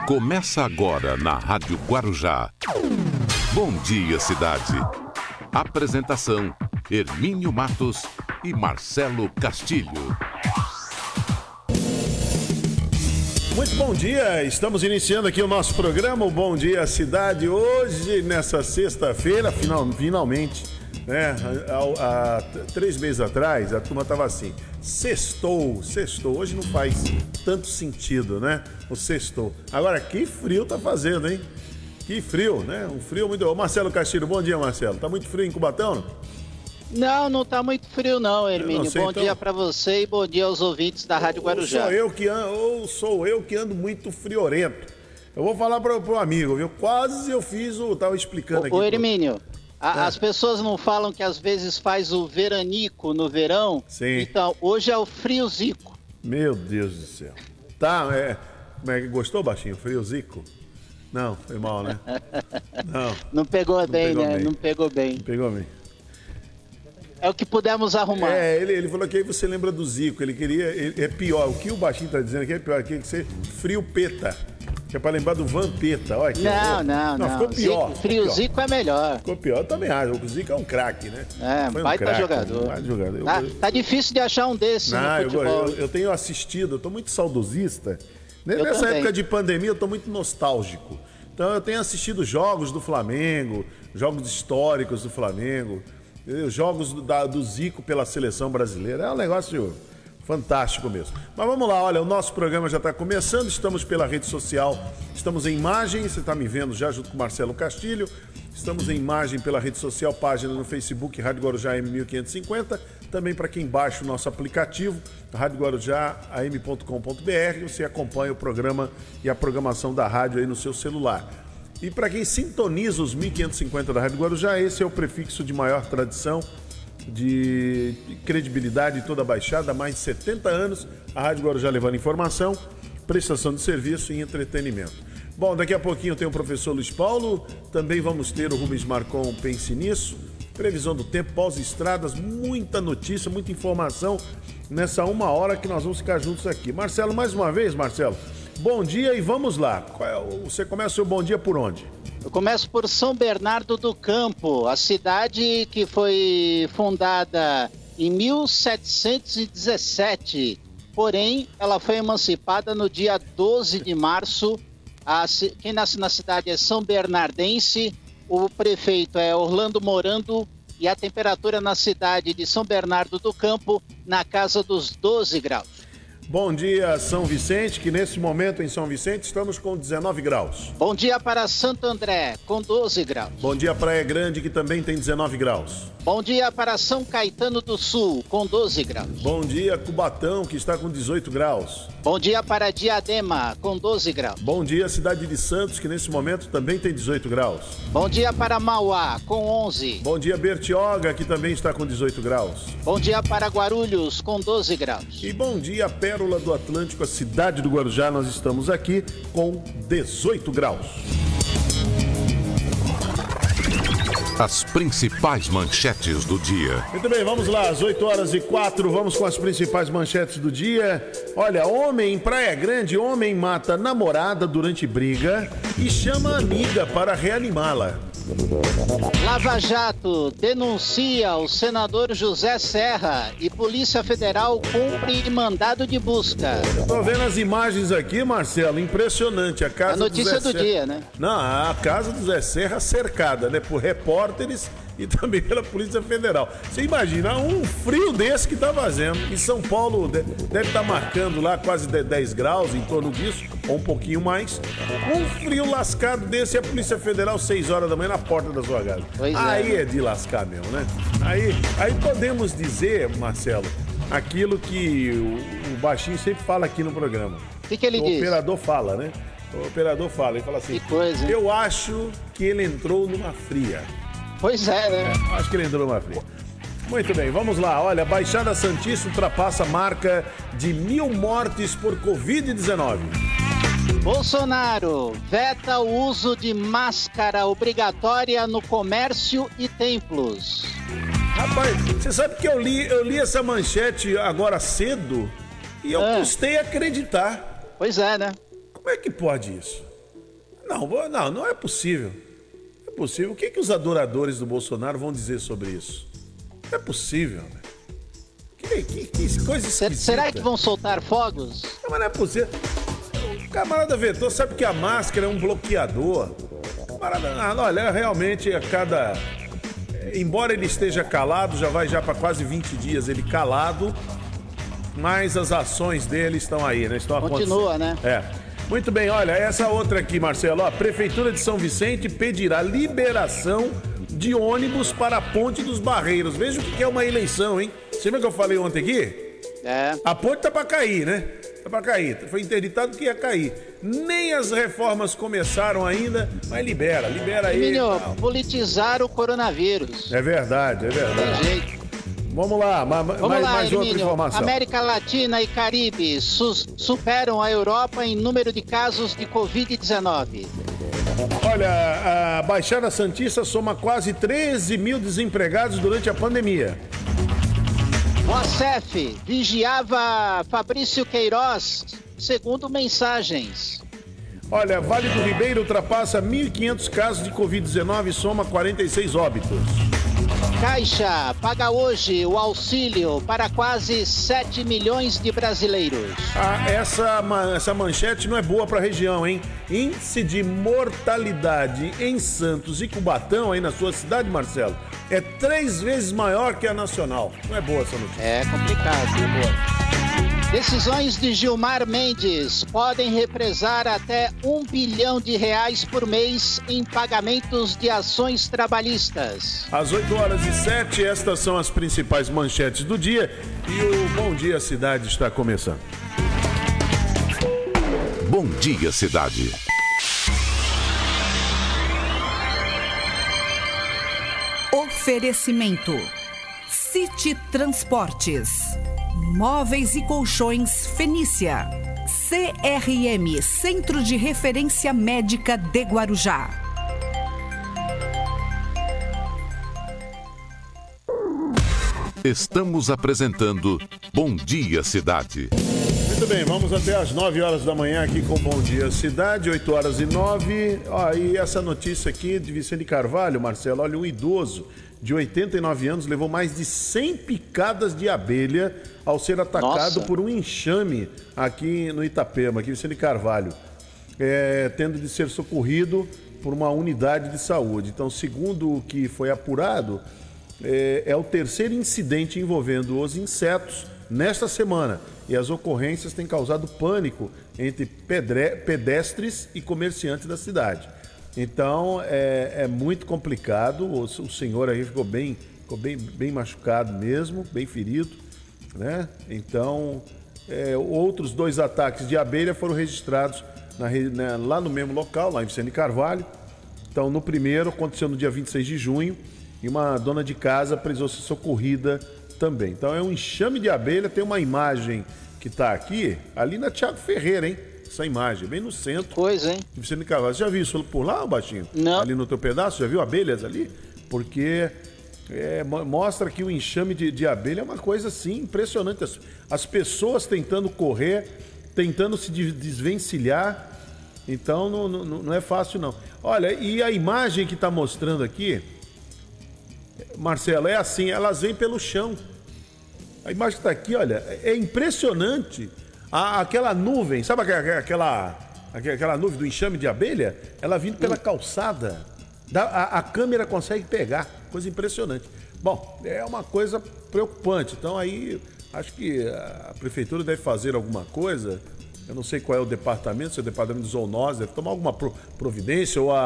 Começa agora na Rádio Guarujá. Bom dia, cidade. Apresentação: Hermínio Matos e Marcelo Castilho. Muito bom dia, estamos iniciando aqui o nosso programa, o Bom Dia Cidade, hoje, nessa sexta-feira, finalmente, né? Há 3 meses atrás, a turma estava assim, sextou, hoje não faz tanto sentido, né? O sextou. Agora, que frio tá fazendo, hein? Que frio, né? Um frio muito... Ô, Marcelo Castilho, bom dia, Marcelo. Tá muito frio em Cubatão, não? Não tá muito frio não, Hermínio. Bom dia pra você e bom dia aos ouvintes da Rádio Guarujá. Sou eu que ando muito friorento. Eu vou falar pro amigo, viu? Quase eu fiz o... Tava explicando aqui. Ô, Hermínio, as pessoas não falam que às vezes faz o veranico no verão? Sim. Então, hoje é o friozico. Meu Deus do céu. Tá, gostou, baixinho? Friozico? Não, foi mal, né? Não pegou bem, né? Não pegou bem. É o que pudemos arrumar. Ele falou que aí você lembra do Zico. Ele queria... é pior. O que o baixinho tá dizendo aqui é pior. Aqui tem que ser frio peta. Que é pra lembrar do Vampeta. Olha aqui. Não. Ficou pior. Frio Zico é melhor. Ficou pior. Eu também acho. O Zico é um craque, né? Baita jogador. Tá difícil de achar um desses no futebol. Eu tenho assistido. Eu tô muito saudosista. Nessa época de pandemia, eu tô muito nostálgico. Então, eu tenho assistido jogos do Flamengo, jogos históricos do Flamengo, jogos do Zico pela seleção brasileira. É um negócio fantástico mesmo. Mas vamos lá, olha, o nosso programa já está começando, estamos pela rede social, estamos em imagem, você está me vendo já junto com o Marcelo Castilho, estamos em imagem pela rede social, página no Facebook, Rádio Guarujá M1550, também para quem baixa o nosso aplicativo, Rádio Guarujá am.com.br, você acompanha o programa e a programação da rádio aí no seu celular. E para quem sintoniza os 1550 da Rádio Guarujá, esse é o prefixo de maior tradição, de credibilidade de toda a Baixada, há mais de 70 anos, a Rádio Guarujá levando informação, prestação de serviço e entretenimento. Bom, daqui a pouquinho tem o professor Luiz Paulo, também vamos ter o Rubens Marcon, pense nisso, previsão do tempo, pós-estradas, muita notícia, muita informação nessa 1 hora que nós vamos ficar juntos aqui. Marcelo, mais uma vez, Marcelo, bom dia e vamos lá. Você começa o seu bom dia por onde? Eu começo por São Bernardo do Campo, a cidade que foi fundada em 1717, porém ela foi emancipada no dia 12 de março. Quem nasce na cidade é São Bernardense, o prefeito é Orlando Morando e a temperatura na cidade de São Bernardo do Campo na casa dos 12 graus. Bom dia, São Vicente, que nesse momento em São Vicente estamos com 19 graus. Bom dia para Santo André, com 12 graus. Bom dia Praia Grande, que também tem 19 graus. Bom dia para São Caetano do Sul, com 12 graus. Bom dia Cubatão, que está com 18 graus. Bom dia para Diadema, com 12 graus. Bom dia Cidade de Santos, que nesse momento também tem 18 graus. Bom dia para Mauá, com 11. Bom dia Bertioga, que também está com 18 graus. Bom dia para Guarulhos, com 12 graus. E bom dia Pérola do Atlântico, a cidade do Guarujá, nós estamos aqui com 18 graus. As principais manchetes do dia. Muito bem, vamos lá, às 8h04, vamos com as principais manchetes do dia. Olha, homem em Praia Grande, homem mata namorada durante briga e chama amiga para reanimá-la. Lava Jato denuncia o senador José Serra e Polícia Federal cumpre mandado de busca. Tô vendo as imagens aqui, Marcelo, impressionante. A casa a notícia do dia, né? Não, a casa do Zé Serra cercada, né, por repórteres e também pela Polícia Federal. Você imagina um frio desse que tá fazendo. Em São Paulo deve estar marcando lá quase 10 graus, em torno disso, ou um pouquinho mais. Um frio lascado desse e a Polícia Federal 6 horas da manhã na porta da sua casa. Aí é de lascar mesmo, né? Aí podemos dizer, Marcelo, aquilo que o baixinho sempre fala aqui no programa. O que ele diz? O operador fala, né? O operador fala, ele fala assim, que coisa, hein? Eu acho que ele entrou numa fria. Pois é, né? Acho que ele entrou numa fria. Muito bem, vamos lá. Olha, a Baixada Santista ultrapassa a marca de 1.000 mortes por Covid-19. Bolsonaro veta o uso de máscara obrigatória no comércio e templos. Rapaz, você sabe que eu li essa manchete agora cedo e eu custei acreditar. Pois é, né? Como é que pode isso? Não é possível. Não é possível. O que os adoradores do Bolsonaro vão dizer sobre isso? Não é possível, né? Que coisa esquisita. Será que vão soltar fogos? Não, mas não é possível. O camarada vetou, sabe que a máscara é um bloqueador. O camarada, olha, realmente embora ele esteja calado, já vai para quase 20 dias ele calado, mas as ações dele estão aí, né? Continua, né? Muito bem, olha, essa outra aqui, Marcelo. A Prefeitura de São Vicente pedirá liberação de ônibus para a Ponte dos Barreiros. Veja o que é uma eleição, hein? Você viu o que eu falei ontem aqui? A ponte tá para cair, né? Tá para cair. Foi interditado que ia cair. Nem as reformas começaram ainda, mas libera aí. Emílio, politizar o coronavírus. É verdade. Tem jeito. Vamos lá, mais outra informação. América Latina e Caribe superam a Europa em número de casos de Covid-19. Olha, a Baixada Santista soma quase 13 mil desempregados durante a pandemia. O ACEF vigiava Fabrício Queiroz, segundo mensagens. Olha, Vale do Ribeiro ultrapassa 1.500 casos de Covid-19 e soma 46 óbitos. Caixa paga hoje o auxílio para quase 7 milhões de brasileiros. Essa manchete não é boa para a região, hein? Índice de mortalidade em Santos e Cubatão, aí na sua cidade, Marcelo, é 3 vezes maior que a nacional. Não é boa essa notícia. É complicado, não é boa. Decisões de Gilmar Mendes podem represar até R$1 bilhão por mês em pagamentos de ações trabalhistas. Às 8h07, estas são as principais manchetes do dia e o Bom Dia Cidade está começando. Bom Dia Cidade. Oferecimento: City Transportes, Móveis e Colchões Fenícia, CRM Centro de Referência Médica de Guarujá. Estamos apresentando Bom Dia Cidade. Muito bem, vamos até às 9 horas da manhã aqui com Bom Dia Cidade, 8h09. E essa notícia aqui de Vicente Carvalho, Marcelo, olha, um idoso de 89 anos levou mais de 100 picadas de abelha ao ser atacado por um enxame aqui no Itapema, aqui Vicente Carvalho, tendo de ser socorrido por uma unidade de saúde. Então, segundo o que foi apurado, é o terceiro incidente envolvendo os insetos nesta semana. E as ocorrências têm causado pânico entre pedestres e comerciantes da cidade. Então, é muito complicado. O senhor aí ficou bem machucado mesmo, bem ferido, né? Então, outros 2 ataques de abelha foram registrados lá no mesmo local, lá em Vicente Carvalho. Então, no primeiro, aconteceu no dia 26 de junho, e uma dona de casa precisou ser socorrida também. Então, é um enxame de abelha. Tem uma imagem que está aqui, ali na Thiago Ferreira, hein? Essa imagem, bem no centro. Que coisa, hein? Vicente Carvalho. Você já viu isso por lá, Baixinho? Não. Ali no teu pedaço, já viu abelhas ali? Porque mostra que o enxame de abelha é uma coisa, assim, impressionante. As pessoas tentando correr, tentando se desvencilhar. Então, não é fácil, não. Olha, e a imagem que está mostrando aqui, Marcelo, é assim, elas vêm pelo chão. A imagem que está aqui, olha, é impressionante. Aquela nuvem, sabe aquela nuvem do enxame de abelha? Ela vindo pela calçada. A câmera consegue pegar, coisa impressionante. Bom, é uma coisa preocupante. Então aí, acho que a prefeitura deve fazer alguma coisa. Eu não sei qual é o departamento, se é o departamento de zoonose, deve tomar alguma providência, ou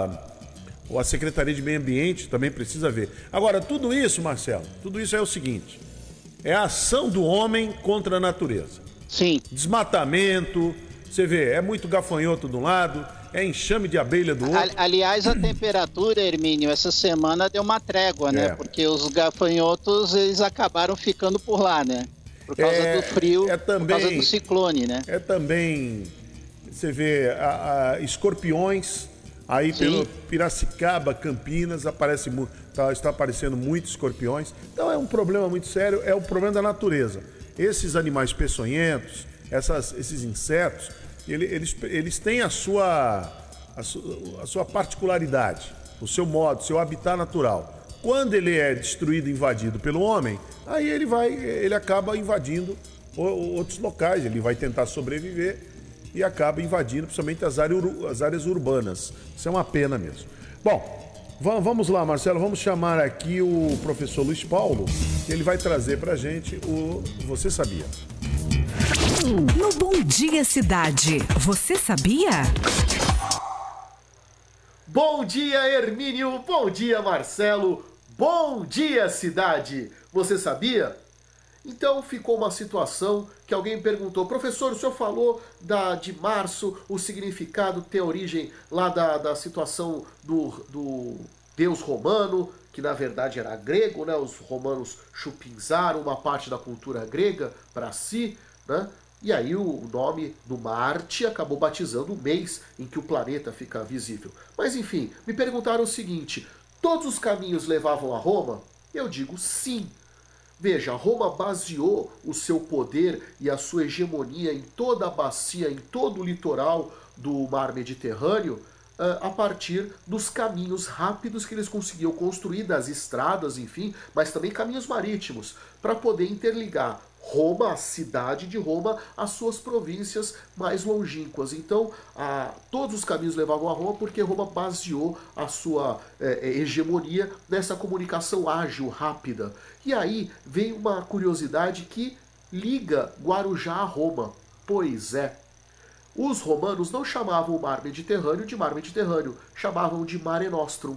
a Secretaria de Meio Ambiente também precisa ver. Agora, tudo isso, Marcelo, tudo isso é o seguinte: é a ação do homem contra a natureza. Sim. Desmatamento, você vê, é muito gafanhoto de um lado, é enxame de abelha do outro. Aliás, a temperatura, Hermínio, essa semana deu uma trégua, né? Porque os gafanhotos, eles acabaram ficando por lá, né? Por causa do frio, por causa do ciclone, né? É também, você vê, escorpiões, aí pelo Piracicaba, Campinas, está aparecendo muitos escorpiões. Então é um problema muito sério, é o problema da natureza. Esses animais peçonhentos, esses insetos, eles têm a sua a sua particularidade, o seu modo, o seu habitat natural. Quando ele é destruído, invadido pelo homem, aí ele acaba invadindo outros locais, ele vai tentar sobreviver e acaba invadindo principalmente as áreas urbanas. Isso é uma pena mesmo. Bom, vamos lá, Marcelo, vamos chamar aqui o professor Luiz Paulo, que ele vai trazer pra gente o Você Sabia? No Bom Dia Cidade, você sabia? Bom dia, Hermínio, bom dia, Marcelo, bom dia, cidade. Você sabia? Então ficou uma situação que alguém perguntou: professor, o senhor falou de março, o significado tem origem lá da situação do deus romano, que na verdade era grego, né? Os romanos chupinzaram uma parte da cultura grega para si, né? E aí o nome do Marte acabou batizando o mês em que o planeta fica visível. Mas enfim, me perguntaram o seguinte: todos os caminhos levavam a Roma? Eu digo sim. Veja, Roma baseou o seu poder e a sua hegemonia em toda a bacia, em todo o litoral do mar Mediterrâneo, a partir dos caminhos rápidos que eles conseguiam construir, das estradas, enfim, mas também caminhos marítimos, para poder interligar Roma, a cidade de Roma, às suas províncias mais longínquas. Então, todos os caminhos levavam a Roma porque Roma baseou a sua hegemonia nessa comunicação ágil, rápida. E aí vem uma curiosidade que liga Guarujá a Roma. Pois é, os romanos não chamavam o mar Mediterrâneo de mar Mediterrâneo, chamavam de Mare Nostrum.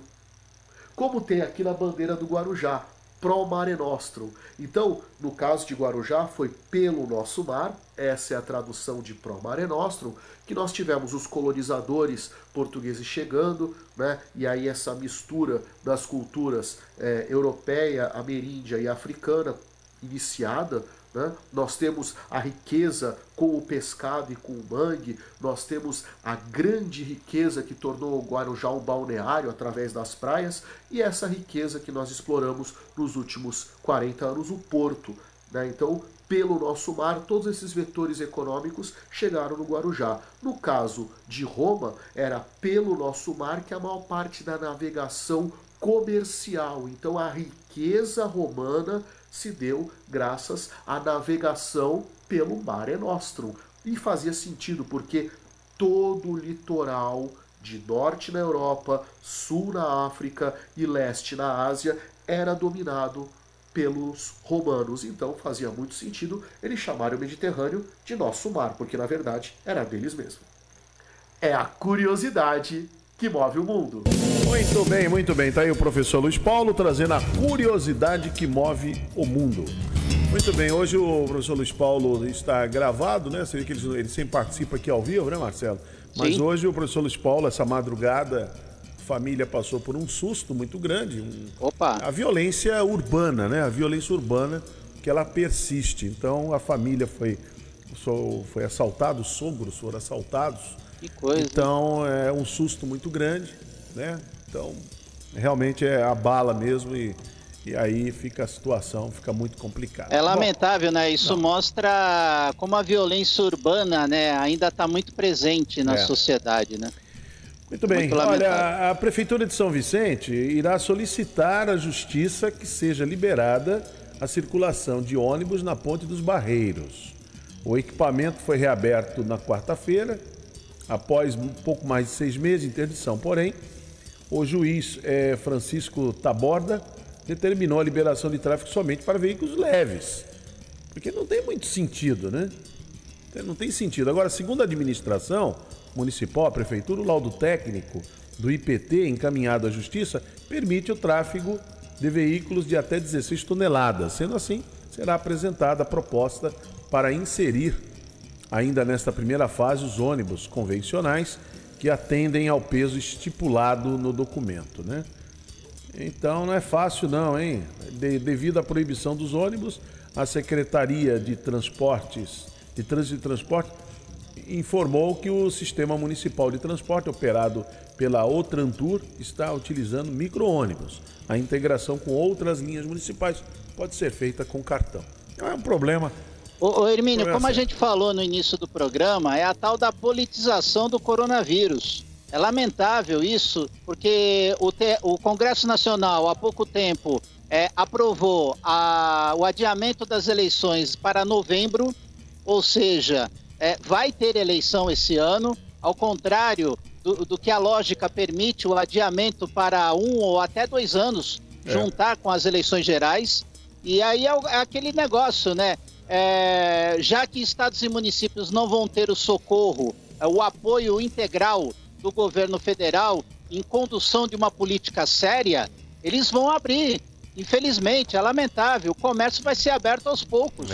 Como tem aqui na bandeira do Guarujá, Pro Mare Nostrum. Então, no caso de Guarujá, foi pelo nosso mar, essa é a tradução de Pro Mare Nostrum, que nós tivemos os colonizadores portugueses chegando, né? E aí essa mistura das culturas europeia, ameríndia e africana iniciada, né? Nós temos a riqueza com o pescado e com o mangue, nós temos a grande riqueza que tornou o Guarujá um balneário através das praias, e essa riqueza que nós exploramos nos últimos 40 anos, o porto, né? Então, pelo nosso mar, todos esses vetores econômicos chegaram no Guarujá. No caso de Roma, era pelo nosso mar que a maior parte da navegação comercial. Então, a riqueza romana se deu graças à navegação pelo Mare Nostrum. E fazia sentido, porque todo o litoral de norte na Europa, sul na África e leste na Ásia era dominado pelos romanos. Então fazia muito sentido eles chamarem o Mediterrâneo de nosso mar, porque na verdade era deles mesmo. É a curiosidade que move o mundo. Muito bem. Tá aí o professor Luiz Paulo trazendo a curiosidade que move o mundo. Muito bem, hoje o professor Luiz Paulo está gravado, né? Você vê que ele sempre participa aqui ao vivo, né, Marcelo? Mas sim, hoje o professor Luiz Paulo, essa madrugada, a família passou por um susto muito grande. A violência urbana, né? A violência urbana, que ela persiste. Então a família foi assaltada, os sogros foram assaltados. Que coisa. Então é um susto muito grande, né? Então realmente abala mesmo e aí a situação fica muito complicada. É lamentável, né? Isso mostra como a violência urbana, né, ainda está muito presente na sociedade, né? Muito bem. Olha, a Prefeitura de São Vicente irá solicitar à Justiça que seja liberada a circulação de ônibus na Ponte dos Barreiros. O equipamento foi reaberto na quarta-feira, após um pouco mais de 6 meses de interdição. Porém, o juiz Francisco Taborda determinou a liberação de tráfego somente para veículos leves, porque não tem muito sentido, né? Não tem sentido. Agora, segundo a administração municipal, a prefeitura, o laudo técnico do IPT encaminhado à Justiça permite o tráfego de veículos de até 16 toneladas. Sendo assim, será apresentada a proposta para inserir, ainda nesta primeira fase, os ônibus convencionais que atendem ao peso estipulado no documento, né? Então não é fácil não, hein? Devido à proibição dos ônibus, a Secretaria de Transportes, de Trânsito e Transporte, informou que o Sistema Municipal de Transporte, operado pela Otrantur, está utilizando micro-ônibus. A integração com outras linhas municipais pode ser feita com cartão. Não é um problema. Ô Hermínio, como a gente falou no início do programa, é a tal da politização do coronavírus. É lamentável isso, porque o Congresso Nacional, há pouco tempo, aprovou o adiamento das eleições para novembro, ou seja, vai ter eleição esse ano, ao contrário do que a lógica permite, o adiamento para 1 ou até 2 anos, juntar com as eleições gerais. E aí é aquele negócio, né? Já que estados e municípios não vão ter o socorro, o apoio integral do governo federal em condução de uma política séria, eles vão abrir. Infelizmente, é lamentável, o comércio vai ser aberto aos poucos.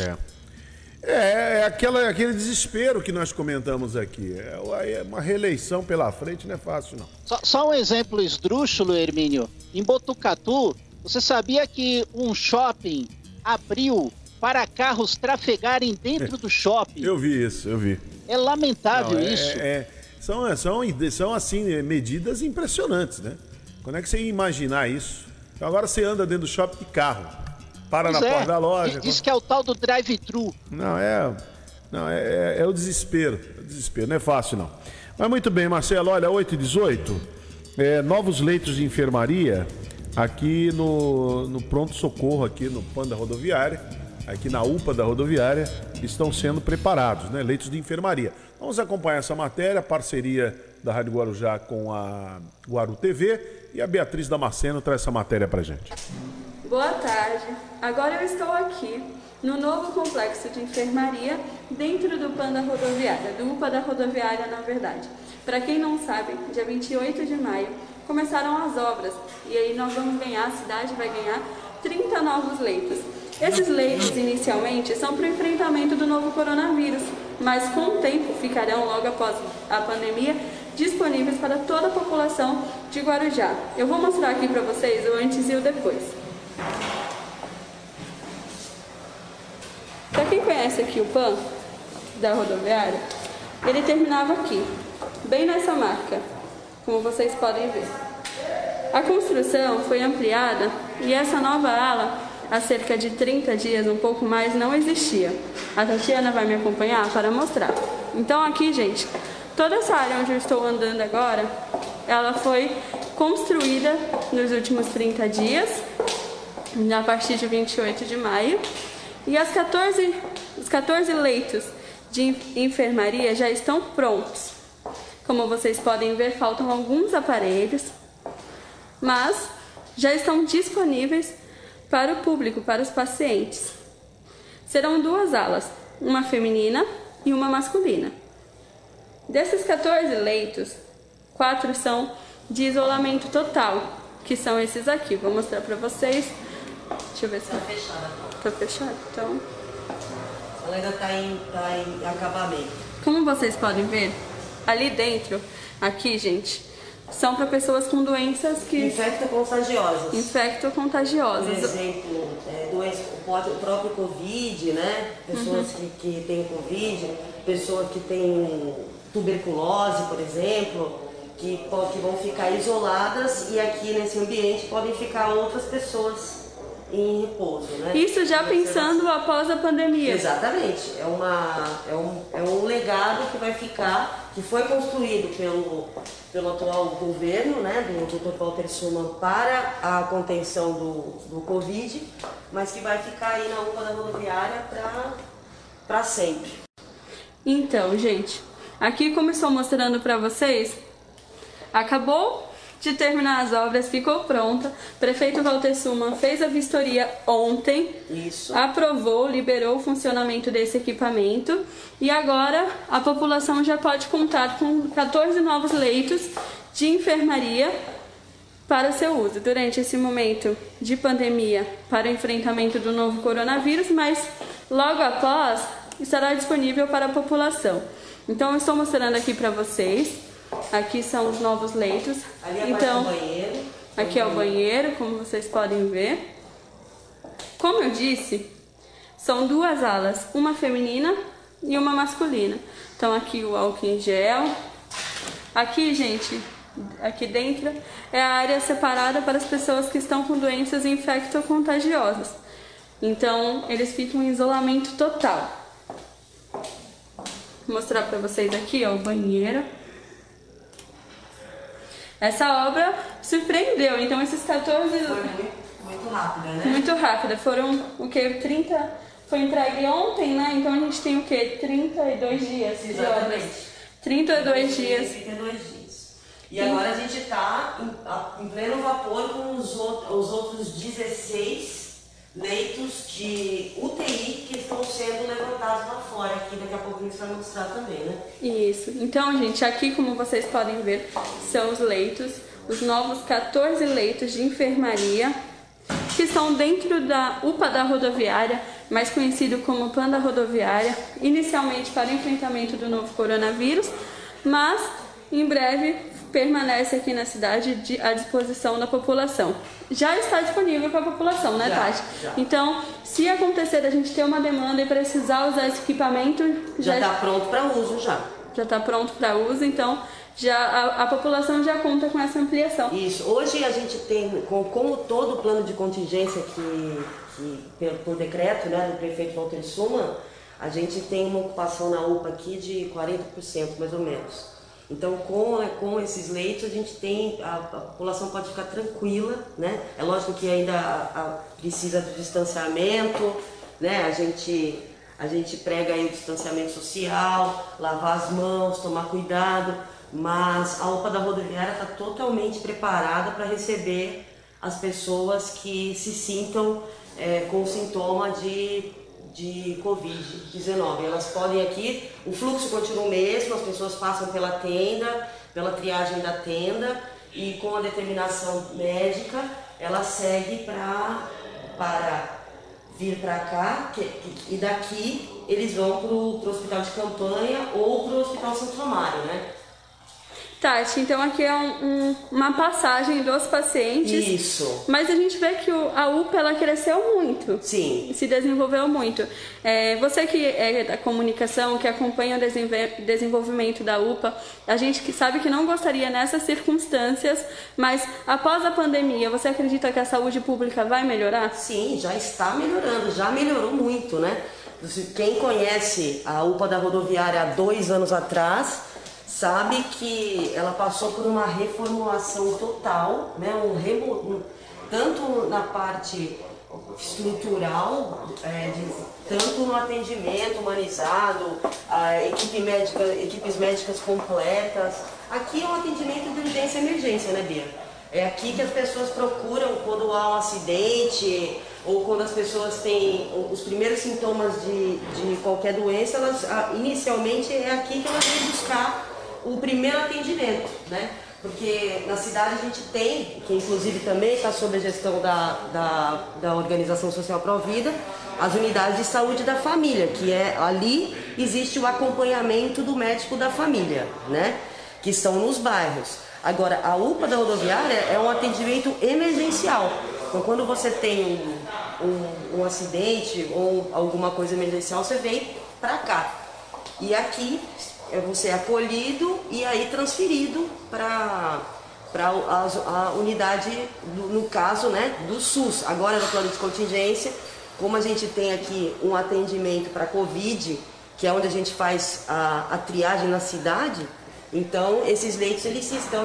Aquele desespero que nós comentamos aqui. É uma reeleição pela frente, não é fácil, não. Só um exemplo esdrúxulo, Hermínio. Em Botucatu, você sabia que um shopping abriu para carros trafegarem dentro do shopping? Eu vi isso, eu vi. É lamentável isso. São assim, medidas impressionantes, né? Quando é que você ia imaginar isso? Então agora você anda dentro do shopping de carro, para na porta da loja. Diz que é o tal do drive-thru. É o desespero. Não é fácil, não. Mas muito bem, Marcelo, olha, 8h18, novos leitos de enfermaria aqui no pronto-socorro, aqui no PAN da rodoviária, aqui na UPA da rodoviária, estão sendo preparados, né? Leitos de enfermaria. Vamos acompanhar essa matéria, parceria da Rádio Guarujá com a Guaru TV, e a Beatriz Damasceno traz essa matéria pra gente. Boa tarde. Agora eu estou aqui no novo complexo de enfermaria dentro do PAN da rodoviária, do UPA da rodoviária, na verdade. Para quem não sabe, dia 28 de maio começaram as obras e aí nós vamos ganhar, a cidade vai ganhar 30 novos leitos. Esses leitos inicialmente são para o enfrentamento do novo coronavírus, mas com o tempo ficarão, logo após a pandemia, disponíveis para toda a população de Guarujá. Eu vou mostrar aqui para vocês o antes e o depois. Para quem conhece aqui o PAN da rodoviária, ele terminava aqui, bem nessa marca, como vocês podem ver. A construção foi ampliada e essa nova ala, há cerca de 30 dias, um pouco mais, não existia. A Tatiana vai me acompanhar para mostrar. Então aqui, gente, toda essa área onde eu estou andando agora, ela foi construída nos últimos 30 dias, a partir de 28 de maio, e os 14 leitos de enfermaria já estão prontos. Como vocês podem ver, faltam alguns aparelhos, mas já estão disponíveis para o público, para os pacientes. Serão 2 alas, uma feminina e uma masculina. Desses 14 leitos, 4 são de isolamento total, que são esses aqui. Vou mostrar para vocês. Deixa eu ver se tá fechado. Tá fechado? Então, ela ainda tá em acabamento. Como vocês podem ver, ali dentro, aqui, gente, são para pessoas com doenças que... Infectocontagiosas. Infectocontagiosas. Por exemplo, o próprio Covid, né? Pessoas que têm Covid, pessoas que têm tuberculose, por exemplo, que vão ficar isoladas, e aqui nesse ambiente podem ficar outras pessoas em repouso, né? Isso já pensando após a pandemia. Exatamente. É um legado que vai ficar, que foi construído pelo atual governo, né, do Dr. Walter Suman, para a contenção do Covid, mas que vai ficar aí na UPA da rodoviária para sempre. Então, gente, aqui como estou mostrando para vocês, acabou de terminar as obras, ficou pronta. O prefeito Walter Suman fez a vistoria ontem. Isso. Aprovou, liberou o funcionamento desse equipamento. E agora a população já pode contar com 14 novos leitos de enfermaria para o seu uso durante esse momento de pandemia para o enfrentamento do novo coronavírus, mas logo após estará disponível para a população. Então eu estou mostrando aqui para vocês. Aqui são os novos leitos. Ali então, é o banheiro. Aqui é o banheiro, como vocês podem ver. Como eu disse, são 2 alas, uma feminina e uma masculina. Então aqui o álcool em gel. Aqui, gente, aqui dentro é a área separada para as pessoas que estão com doenças infectocontagiosas. Então eles ficam em isolamento total. Vou mostrar para vocês aqui, ó, o banheiro. Essa obra surpreendeu, então esses 14... Foi muito rápida, né? Muito rápida, foram o que? 30... Foi entregue ontem, né? Então a gente tem o quê? 32 dias de obras. 32 dias. 32 dias. E agora a gente está em pleno vapor com os outros 16 leitos de UTI que estão sendo levantados lá fora, que daqui a pouco a gente vai mostrar também, né? Isso. Então, gente, aqui, como vocês podem ver, são os leitos, os novos 14 leitos de enfermaria que estão dentro da UPA da rodoviária, mais conhecido como PAN da rodoviária, inicialmente para o enfrentamento do novo coronavírus, mas em breve permanece aqui na cidade à disposição da população. Já está disponível para a população, né, Tati? Já. Então, se acontecer a gente ter uma demanda e precisar usar esse equipamento... Já está pronto para uso, já. Já está pronto para uso, então já a população já conta com essa ampliação. Isso. Hoje a gente tem, como todo o plano de contingência que por decreto, né, do prefeito Walter Suman, a gente tem uma ocupação na UPA aqui de 40%, mais ou menos. Então, com esses leitos, a gente tem, a população pode ficar tranquila, né? É lógico que ainda precisa do distanciamento, né? A gente prega aí o distanciamento social, lavar as mãos, tomar cuidado, mas a UPA da rodoviária está totalmente preparada para receber as pessoas que se sintam com sintoma de Covid-19. Elas podem aqui, o fluxo continua o mesmo, as pessoas passam pela tenda, pela triagem da tenda e com a determinação médica, ela segue para vir para cá e daqui eles vão para o hospital de campanha ou para o Hospital Santo Amaro, né? Tati, então aqui é uma passagem dos pacientes. Isso. Mas a gente vê que a UPA ela cresceu muito. Sim. Se desenvolveu muito. Você que é da comunicação, que acompanha o desenvolvimento da UPA, a gente que sabe que não gostaria nessas circunstâncias, mas após a pandemia, você acredita que a saúde pública vai melhorar? Sim, já está melhorando, já melhorou muito, né? Quem conhece a UPA da rodoviária há 2 anos atrás, sabe que ela passou por uma reformulação total, né? Tanto na parte estrutural, tanto no atendimento humanizado, equipes médicas completas. Aqui é um atendimento de urgência e emergência, né, Bia? É aqui que as pessoas procuram quando há um acidente ou quando as pessoas têm os primeiros sintomas de qualquer doença, inicialmente é aqui que elas vêm buscar o primeiro atendimento, né? Porque na cidade a gente tem, que inclusive também está sob a gestão da Organização Social Provida, as unidades de saúde da família, que ali existe o acompanhamento do médico da família, né? Que estão nos bairros. Agora, a UPA da rodoviária é um atendimento emergencial. Então, quando você tem um acidente ou alguma coisa emergencial, você vem para cá. E aqui você é acolhido e aí transferido para a unidade, no caso, né, do SUS. Agora, no plano de contingência, como a gente tem aqui um atendimento para Covid, que é onde a gente faz a triagem na cidade, então esses leitos eles estão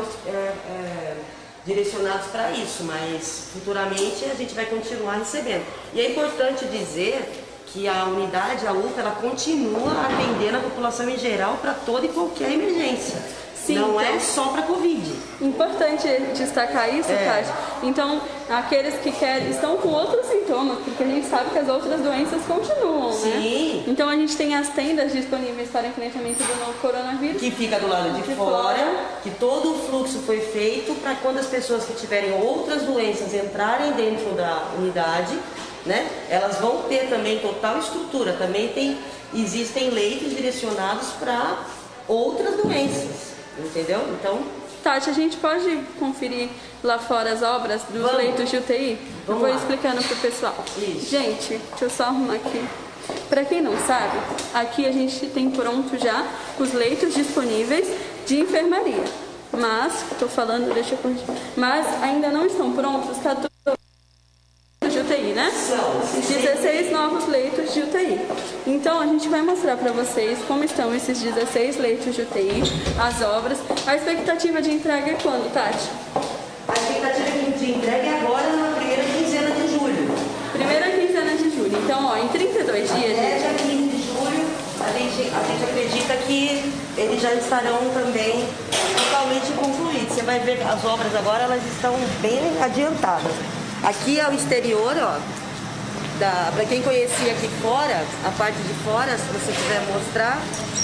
direcionados para isso, mas futuramente a gente vai continuar recebendo. E é importante dizer que a unidade, a UPA, ela continua atendendo a população em geral para toda e qualquer emergência. Sim, não é só para Covid. Importante destacar isso, Tati. Então, aqueles que estão com outros sintomas, porque a gente sabe que as outras doenças continuam, Sim. né? Então, a gente tem as tendas disponíveis para enfrentamento do novo coronavírus. Que fica do lado de fora, que todo o fluxo foi feito para quando as pessoas que tiverem outras doenças entrarem dentro da unidade, né? Elas vão ter também total estrutura. Também existem leitos direcionados para outras doenças. Entendeu? Então, Tati, a gente pode conferir lá fora as obras dos leitos de UTI? Eu vou explicando pro pessoal. Isso. Gente, deixa eu só arrumar aqui. Para quem não sabe, aqui a gente tem pronto já os leitos disponíveis de enfermaria. Mas, mas ainda não estão prontos os 14 de UTI, né? São 16 novos leitos de UTI. Então a gente vai mostrar para vocês como estão esses 16 leitos de UTI, as obras. A expectativa de entrega é quando, Tati? A expectativa de entrega é agora na primeira quinzena de julho. Primeira quinzena de julho. Então, ó, em 32 dias, Até dia 15 de julho, a gente acredita que eles já estarão também totalmente concluídos. Você vai ver as obras agora, elas estão bem adiantadas. Aqui é o exterior, ó. Para quem conhecia aqui fora, a parte de fora, se você quiser mostrar.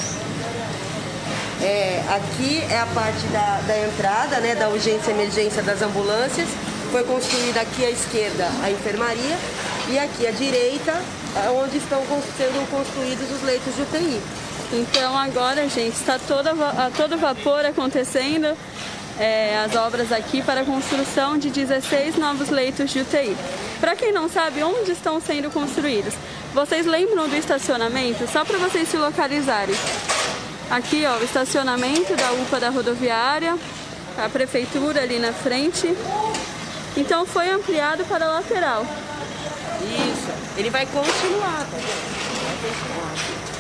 Aqui é a parte da entrada, né, da urgência e emergência das ambulâncias. Foi construída aqui à esquerda a enfermaria e aqui à direita, onde estão sendo construídos os leitos de UTI. Então agora, gente, está a todo vapor acontecendo as obras aqui para a construção de 16 novos leitos de UTI. Para quem não sabe onde estão sendo construídos, vocês lembram do estacionamento? Só para vocês se localizarem. Aqui, ó, o estacionamento da UPA da rodoviária, a prefeitura ali na frente. Então foi ampliado para a lateral. Isso, ele vai continuar, tá vendo? Vai continuar.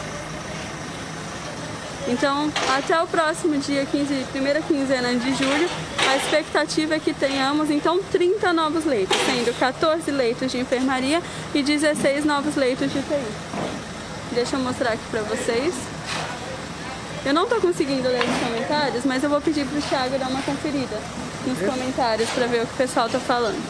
Então, até o próximo dia 15, primeira quinzena de julho, a expectativa é que tenhamos, então, 30 novos leitos, sendo 14 leitos de enfermaria e 16 novos leitos de UTI. Deixa eu mostrar aqui para vocês. Eu não estou conseguindo ler os comentários, mas eu vou pedir para o Thiago dar uma conferida nos comentários para ver o que o pessoal está falando.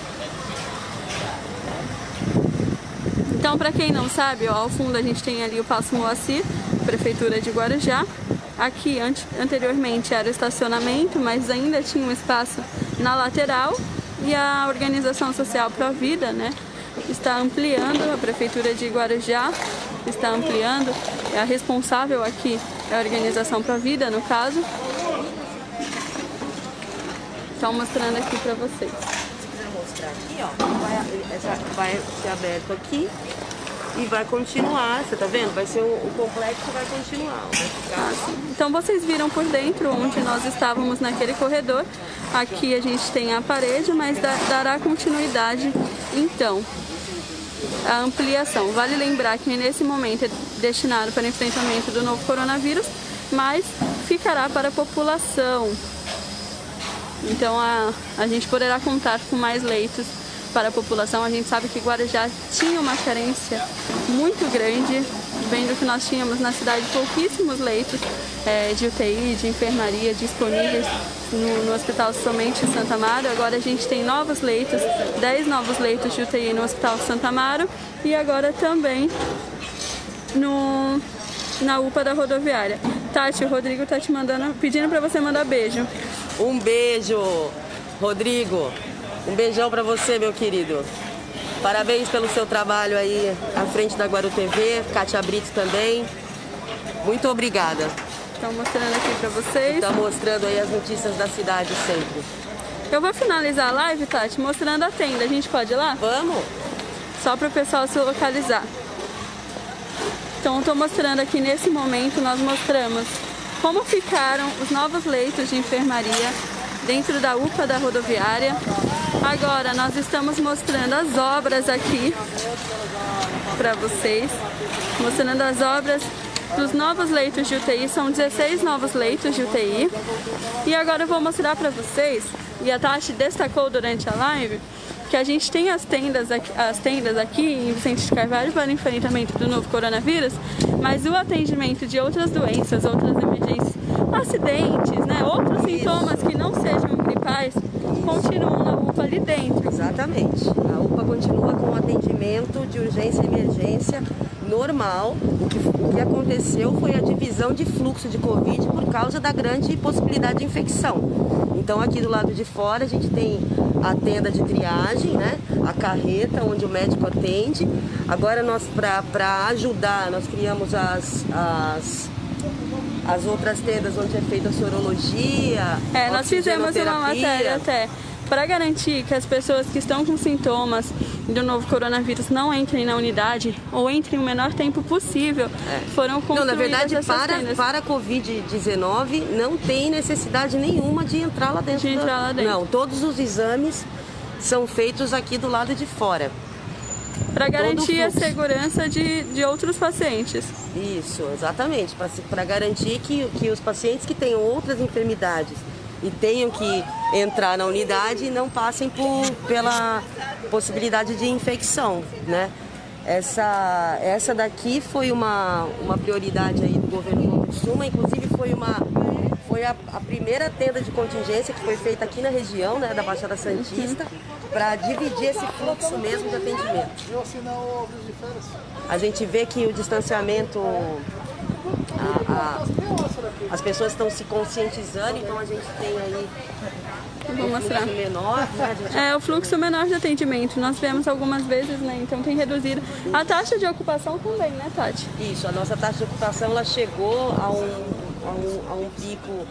Então, para quem não sabe, ó, ao fundo a gente tem ali o Paço Moacir, Prefeitura de Guarujá. Aqui, anteriormente, era o estacionamento, mas ainda tinha um espaço na lateral. E a Organização Social Provida, né, está ampliando, a Prefeitura de Guarujá está ampliando. A responsável aqui é a Organização Provida, no caso. Estou mostrando aqui para vocês. Se quiser mostrar aqui, ó, vai ser aberto aqui. E vai continuar, você tá vendo? Vai ser o complexo vai continuar. Vai ficar assim. Então vocês viram por dentro onde nós estávamos naquele corredor. Aqui a gente tem a parede, mas dará continuidade então a ampliação. Vale lembrar que nesse momento é destinado para enfrentamento do novo coronavírus, mas ficará para a população. Então a gente poderá contar com mais leitos para a população. A gente sabe que Guarujá tinha uma carência muito grande, vendo que nós tínhamos na cidade pouquíssimos leitos de UTI, de enfermaria disponíveis no Hospital somente Santa Amaro. Agora a gente tem novos leitos, 10 novos leitos de UTI no Hospital Santa Amaro e agora também na UPA da rodoviária. Tati, o Rodrigo tá te pedindo para você mandar beijo. Um beijo, Rodrigo. Um beijão pra você, meu querido. Parabéns pelo seu trabalho aí à frente da Guaru TV, Kátia Brito também. Muito obrigada. Estão mostrando aqui pra vocês. Está mostrando aí as notícias da cidade sempre. Eu vou finalizar a live, Tati, mostrando a tenda. A gente pode ir lá? Vamos. Só para o pessoal se localizar. Então, estou mostrando aqui nesse momento, nós mostramos como ficaram os novos leitos de enfermaria dentro da UPA da rodoviária. Agora nós estamos mostrando as obras aqui para vocês, mostrando as obras dos novos leitos de UTI. São 16 novos leitos de UTI. E agora eu vou mostrar para vocês, e a Tati destacou durante a live, que a gente tem as tendas aqui em Vicente de Carvalho para o enfrentamento do novo coronavírus, mas o atendimento de outras doenças, outras emergências, acidentes, né, outros sintomas que não sejam gripais, continuam na UPA ali dentro. Exatamente. A UPA continua com o atendimento de urgência e emergência normal. O que aconteceu foi a divisão de fluxo de Covid por causa da grande possibilidade de infecção. Então aqui do lado de fora a gente tem a tenda de triagem, né? A carreta onde o médico atende. Agora nós, para ajudar, nós criamos as outras tendas onde é feita a sorologia. Nós fizemos uma matéria até para garantir que as pessoas que estão com sintomas do novo coronavírus não entrem na unidade ou entrem o menor tempo possível. Foram construídas. Não, na verdade, tendas. para a Covid-19 não tem necessidade nenhuma de entrar lá dentro. Não, todos os exames são feitos aqui do lado de fora. Para garantir a segurança de outros pacientes. Isso, exatamente. Para garantir que os pacientes que tenham outras enfermidades e tenham que entrar na unidade não passem pela possibilidade de infecção, né? Essa daqui foi uma prioridade aí do governo Walter Suma, inclusive foi a primeira tenda de contingência que foi feita aqui na região, né, da Baixada Santista, para dividir esse fluxo mesmo de atendimento. A gente vê que o distanciamento, as pessoas estão se conscientizando, então a gente tem aí Vou mostrar. Menor, né, o fluxo menor de atendimento. Nós vemos algumas vezes, né? Então tem reduzido. A taxa de ocupação também, né, Tati? Isso, a nossa taxa de ocupação ela chegou a um pico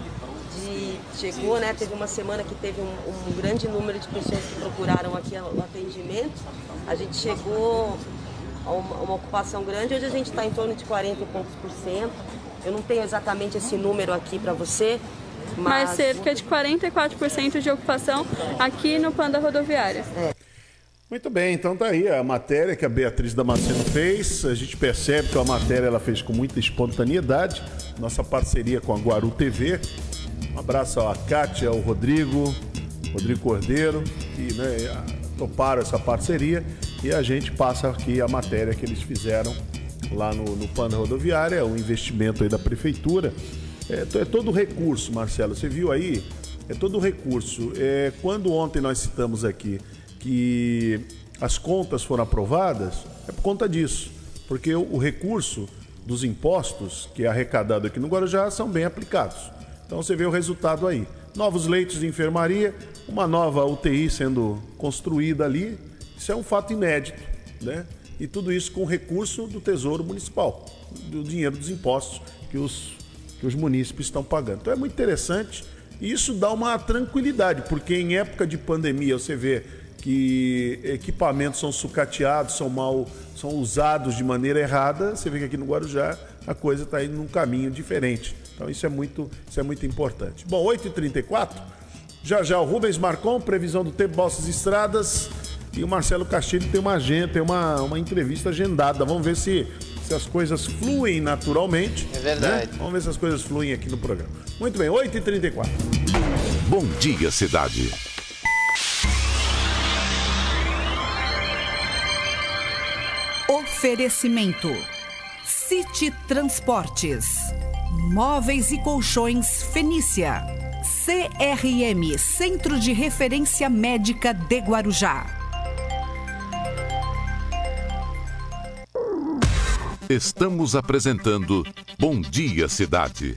chegou, né? Teve uma semana que teve um grande número de pessoas que procuraram aqui o atendimento. A gente chegou a uma ocupação grande, hoje a gente está em torno de 40 e poucos %. Eu não tenho exatamente esse número aqui para você. Mas cerca de 44% de ocupação aqui no Panda Rodoviária. Muito bem, então tá aí a matéria que a Beatriz Damasceno fez. A gente percebe que a matéria ela fez com muita espontaneidade. Nossa parceria com a Guaru TV. Um abraço à Kátia, ao Rodrigo Cordeiro, que toparam essa parceria. E a gente passa aqui a matéria que eles fizeram lá no Panda Rodoviária, é um investimento aí da Prefeitura. É todo recurso, Marcelo, você viu aí? É todo recurso. Quando ontem nós citamos aqui que as contas foram aprovadas, é por conta disso. Porque o recurso dos impostos que é arrecadado aqui no Guarujá são bem aplicados. Então você vê o resultado aí. Novos leitos de enfermaria, uma nova UTI sendo construída ali. Isso é um fato inédito, né? E tudo isso com recurso do Tesouro Municipal, do dinheiro dos impostos que os munícipes estão pagando. Então é muito interessante e isso dá uma tranquilidade, porque em época de pandemia você vê que equipamentos são sucateados, são usados de maneira errada, você vê que aqui no Guarujá a coisa está indo num caminho diferente. Então isso é muito importante. Bom, 8h34, já o Rubens Marcon, previsão do tempo, Balsas e Estradas, e o Marcelo Castilho tem uma entrevista agendada. Vamos ver se as coisas fluem naturalmente. É verdade. Né? Vamos ver se as coisas fluem aqui no programa. Muito bem, 8h34. Bom Dia Cidade. Oferecimento: City Transportes, Móveis e Colchões Fenícia, CRM, Centro de Referência Médica de Guarujá. Estamos apresentando Bom Dia Cidade.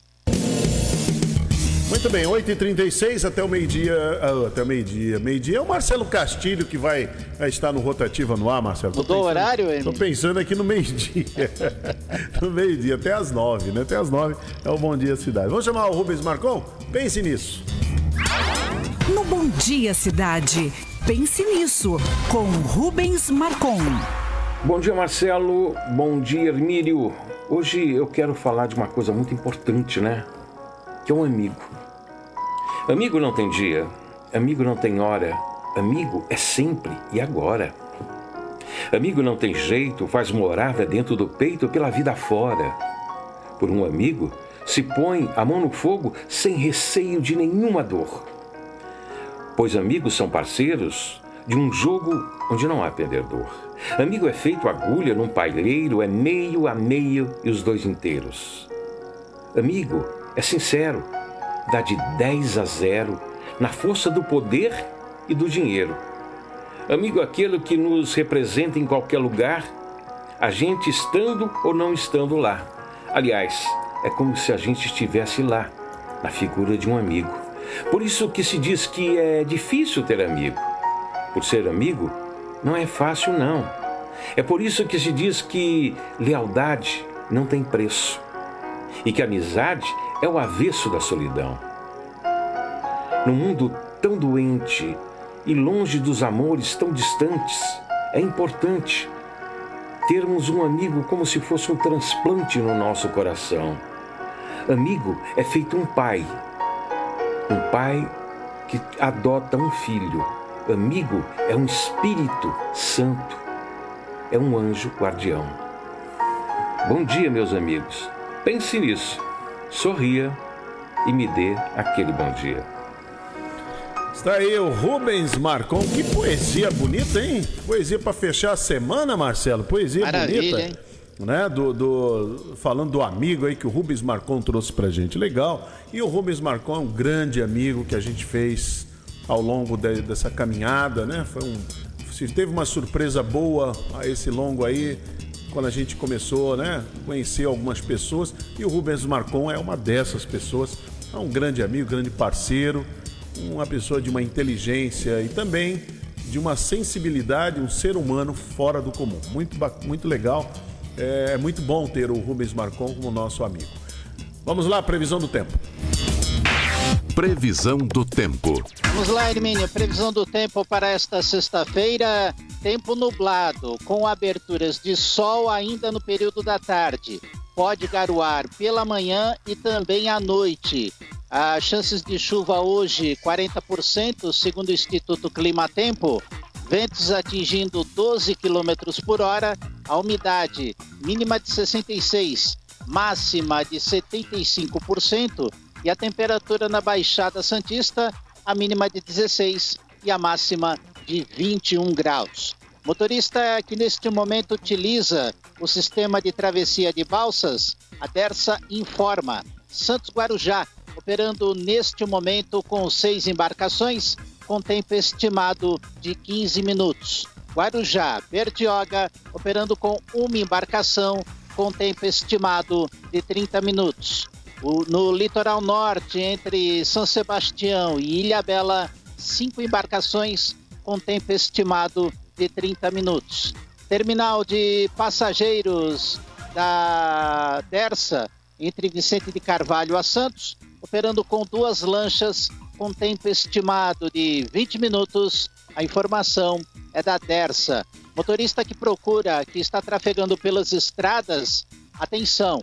Muito bem, 8h36 até o meio-dia. Meio-dia é o Marcelo Castilho que vai estar no Rotativa no ar, Marcelo. Mudou o horário, Hermínio? Tô pensando aqui no meio-dia. No meio-dia, até às 9, né? Até às 9 é o Bom Dia Cidade. Vamos chamar o Rubens Marcon? Pense nisso. No Bom Dia Cidade, pense nisso, com Rubens Marcon. Bom dia, Marcelo. Bom dia, Hermílio. Hoje eu quero falar de uma coisa muito importante, né? Que é um amigo. Amigo não tem dia, amigo não tem hora, amigo é sempre e agora. Amigo não tem jeito, faz morada dentro do peito pela vida fora. Por um amigo, se põe a mão no fogo sem receio de nenhuma dor. Pois amigos são parceiros de um jogo onde não há perdedor. Amigo é feito agulha num palheiro, é meio a meio e os dois inteiros. Amigo é sincero, dá de 10-0 na força do poder e do dinheiro. Amigo é aquele que nos representa em qualquer lugar, a gente estando ou não estando lá. Aliás, é como se a gente estivesse lá, na figura de um amigo. Por isso que se diz que é difícil ter amigo. Por ser amigo, não é fácil, não. É por isso que se diz que lealdade não tem preço e que a amizade é o avesso da solidão. No mundo tão doente e longe dos amores tão distantes, é importante termos um amigo como se fosse um transplante no nosso coração. Amigo é feito um pai que adota um filho. Amigo é um Espírito Santo é um anjo guardião. Bom dia, meus amigos. Pense nisso, sorria e me dê aquele bom dia. Está aí o Rubens Marcon. Que poesia bonita, hein? Poesia para fechar a semana, Marcelo. Poesia maravilha, bonita. Hein? Né? Falando do amigo aí que o Rubens Marcon trouxe pra gente. Legal. E o Rubens Marcon é um grande amigo que a gente fez ao longo dessa caminhada, né? Teve uma surpresa boa a esse longo aí, quando a gente começou, né? Conhecer algumas pessoas. E o Rubens Marcon é uma dessas pessoas. É um grande amigo, grande parceiro. Uma pessoa de uma inteligência e também de uma sensibilidade, um ser humano fora do comum. Muito legal. É muito bom ter o Rubens Marcon como nosso amigo. Vamos lá, previsão do tempo. Previsão do tempo. Vamos lá, Hermínio. Previsão do tempo para esta sexta-feira. Tempo nublado, com aberturas de sol ainda no período da tarde. Pode garoar pela manhã e também à noite. As chances de chuva hoje, 40%, segundo o Instituto Climatempo. Ventos atingindo 12 km por hora. A umidade mínima de 66%, máxima de 75%. E a temperatura na Baixada Santista, a mínima de 16 e a máxima de 21 graus. Motorista que neste momento utiliza o sistema de travessia de balsas, a Dersa informa. Santos Guarujá, operando neste momento com 6 embarcações, com tempo estimado de 15 minutos. Guarujá, Bertioga, operando com uma embarcação, com tempo estimado de 30 minutos. No litoral norte, entre São Sebastião e Ilhabela, 5 embarcações, com tempo estimado de 30 minutos. Terminal de passageiros da Dersa, entre Vicente de Carvalho a Santos, operando com 2 lanchas, com tempo estimado de 20 minutos. A informação é da Dersa. Motorista que está trafegando pelas estradas, atenção,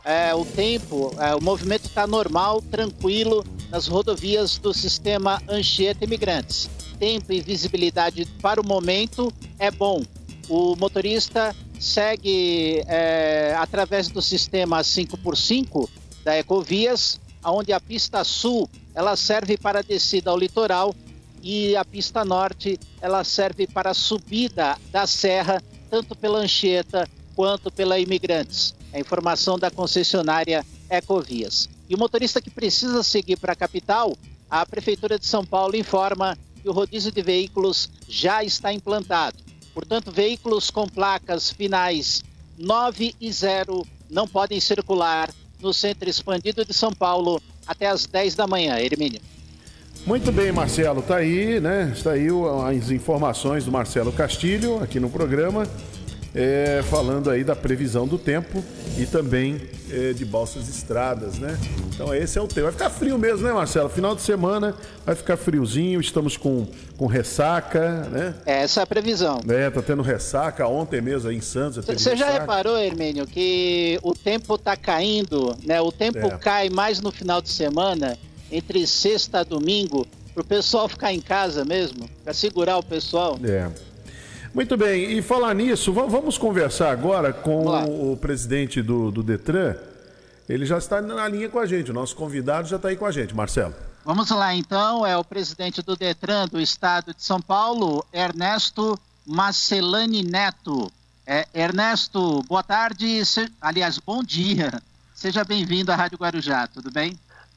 o movimento está normal, tranquilo, nas rodovias do sistema Anchieta Imigrantes. Tempo e visibilidade para o momento é bom. O motorista segue através do sistema 5x5 da Ecovias, onde a pista sul ela serve para a descida ao litoral e a pista norte ela serve para a subida da serra, tanto pela Anchieta quanto pela Imigrantes. A informação da concessionária Ecovias. E o motorista que precisa seguir para a capital, a Prefeitura de São Paulo informa que o rodízio de veículos já está implantado. Portanto, veículos com placas finais 9 e 0 não podem circular no centro expandido de São Paulo até às 10 da manhã. Hermínio. Muito bem, Marcelo. Está aí, né? Está aí as informações do Marcelo Castilho aqui no programa. Falando aí da previsão do tempo e também de Balsas Estradas, né? Então esse é o tempo. Vai ficar frio mesmo, né, Marcelo? Final de semana vai ficar friozinho, estamos com ressaca, né? Essa é a previsão. Tá tendo ressaca, ontem mesmo aí em Santos. Você já reparou, Hermínio, que o tempo tá caindo, né? O tempo cai mais no final de semana, entre sexta a domingo, pro pessoal ficar em casa mesmo, para segurar o pessoal. Muito bem, e falar nisso, vamos conversar agora com o presidente do Detran. Ele já está na linha com a gente, o nosso convidado já está aí com a gente, Marcelo. Vamos lá então, é o presidente do Detran do estado de São Paulo, Ernesto Marcelani Neto. Ernesto, boa tarde, aliás, bom dia. Seja bem-vindo à Rádio Guarujá, tudo bem?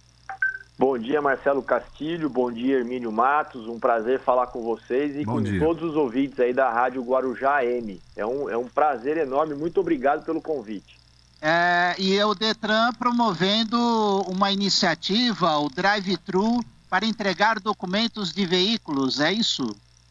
Bom dia, Marcelo Castilho, bom dia, Hermínio Matos, um prazer falar com vocês e com todos os ouvintes aí da Rádio Guarujá AM. É um prazer enorme, muito obrigado pelo convite. E o Detran promovendo uma iniciativa, o Drive-Thru, para entregar documentos de veículos, é isso?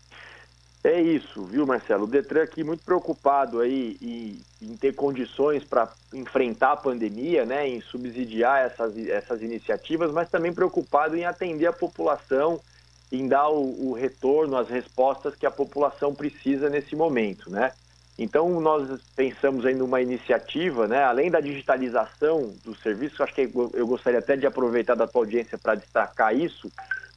É isso, viu, Marcelo? O Detran aqui muito preocupado aí em ter condições para enfrentar a pandemia, né, em subsidiar essas iniciativas, mas também preocupado em atender a população, em dar o retorno, as respostas que a população precisa nesse momento, né? Então, nós pensamos aí numa iniciativa, né, além da digitalização do serviço, acho que eu gostaria até de aproveitar da tua audiência para destacar isso,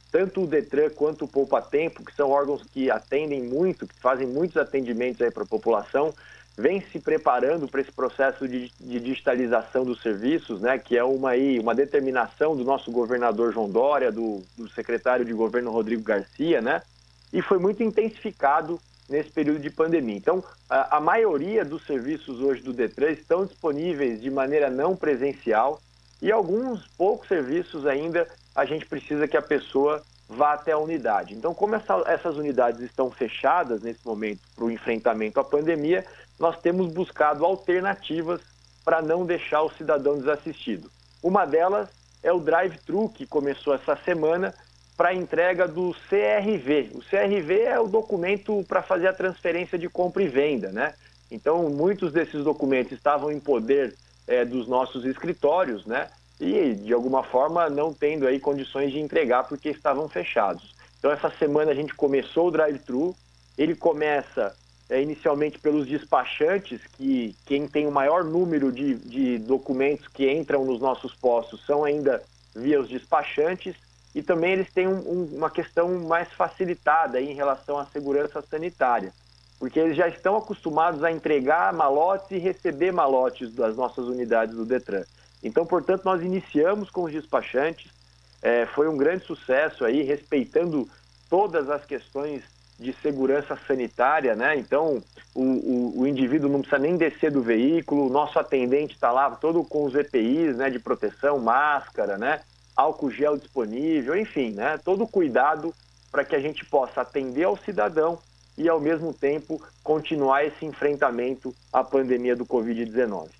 tanto o Detran quanto o Poupa Tempo, que são órgãos que atendem muito, que fazem muitos atendimentos aí para a população, vem se preparando para esse processo de digitalização dos serviços, né, que é uma determinação do nosso governador João Dória, do secretário de governo Rodrigo Garcia, né, e foi muito intensificado nesse período de pandemia. Então, a maioria dos serviços hoje do Detran estão disponíveis de maneira não presencial e alguns poucos serviços ainda a gente precisa que a pessoa vá até a unidade. Então, como essas unidades estão fechadas nesse momento para o enfrentamento à pandemia, nós temos buscado alternativas para não deixar o cidadão desassistido. Uma delas é o drive-thru, que começou essa semana, para a entrega do CRV. O CRV é o documento para fazer a transferência de compra e venda, né? Então, muitos desses documentos estavam em poder dos nossos escritórios, né? E, de alguma forma, não tendo aí condições de entregar porque estavam fechados. Então, essa semana a gente começou o drive-thru. Ele começa inicialmente pelos despachantes, que quem tem o maior número de documentos que entram nos nossos postos são ainda via os despachantes. E também eles têm uma questão mais facilitada aí em relação à segurança sanitária, porque eles já estão acostumados a entregar malotes e receber malotes das nossas unidades do Detran. Então, portanto, nós iniciamos com os despachantes, foi um grande sucesso aí, respeitando todas as questões de segurança sanitária, né? Então, o indivíduo não precisa nem descer do veículo, o nosso atendente está lá todo com os EPIs, né, de proteção, máscara, né? Álcool gel disponível, enfim, né? Todo cuidado para que a gente possa atender ao cidadão e, ao mesmo tempo, continuar esse enfrentamento à pandemia do Covid-19.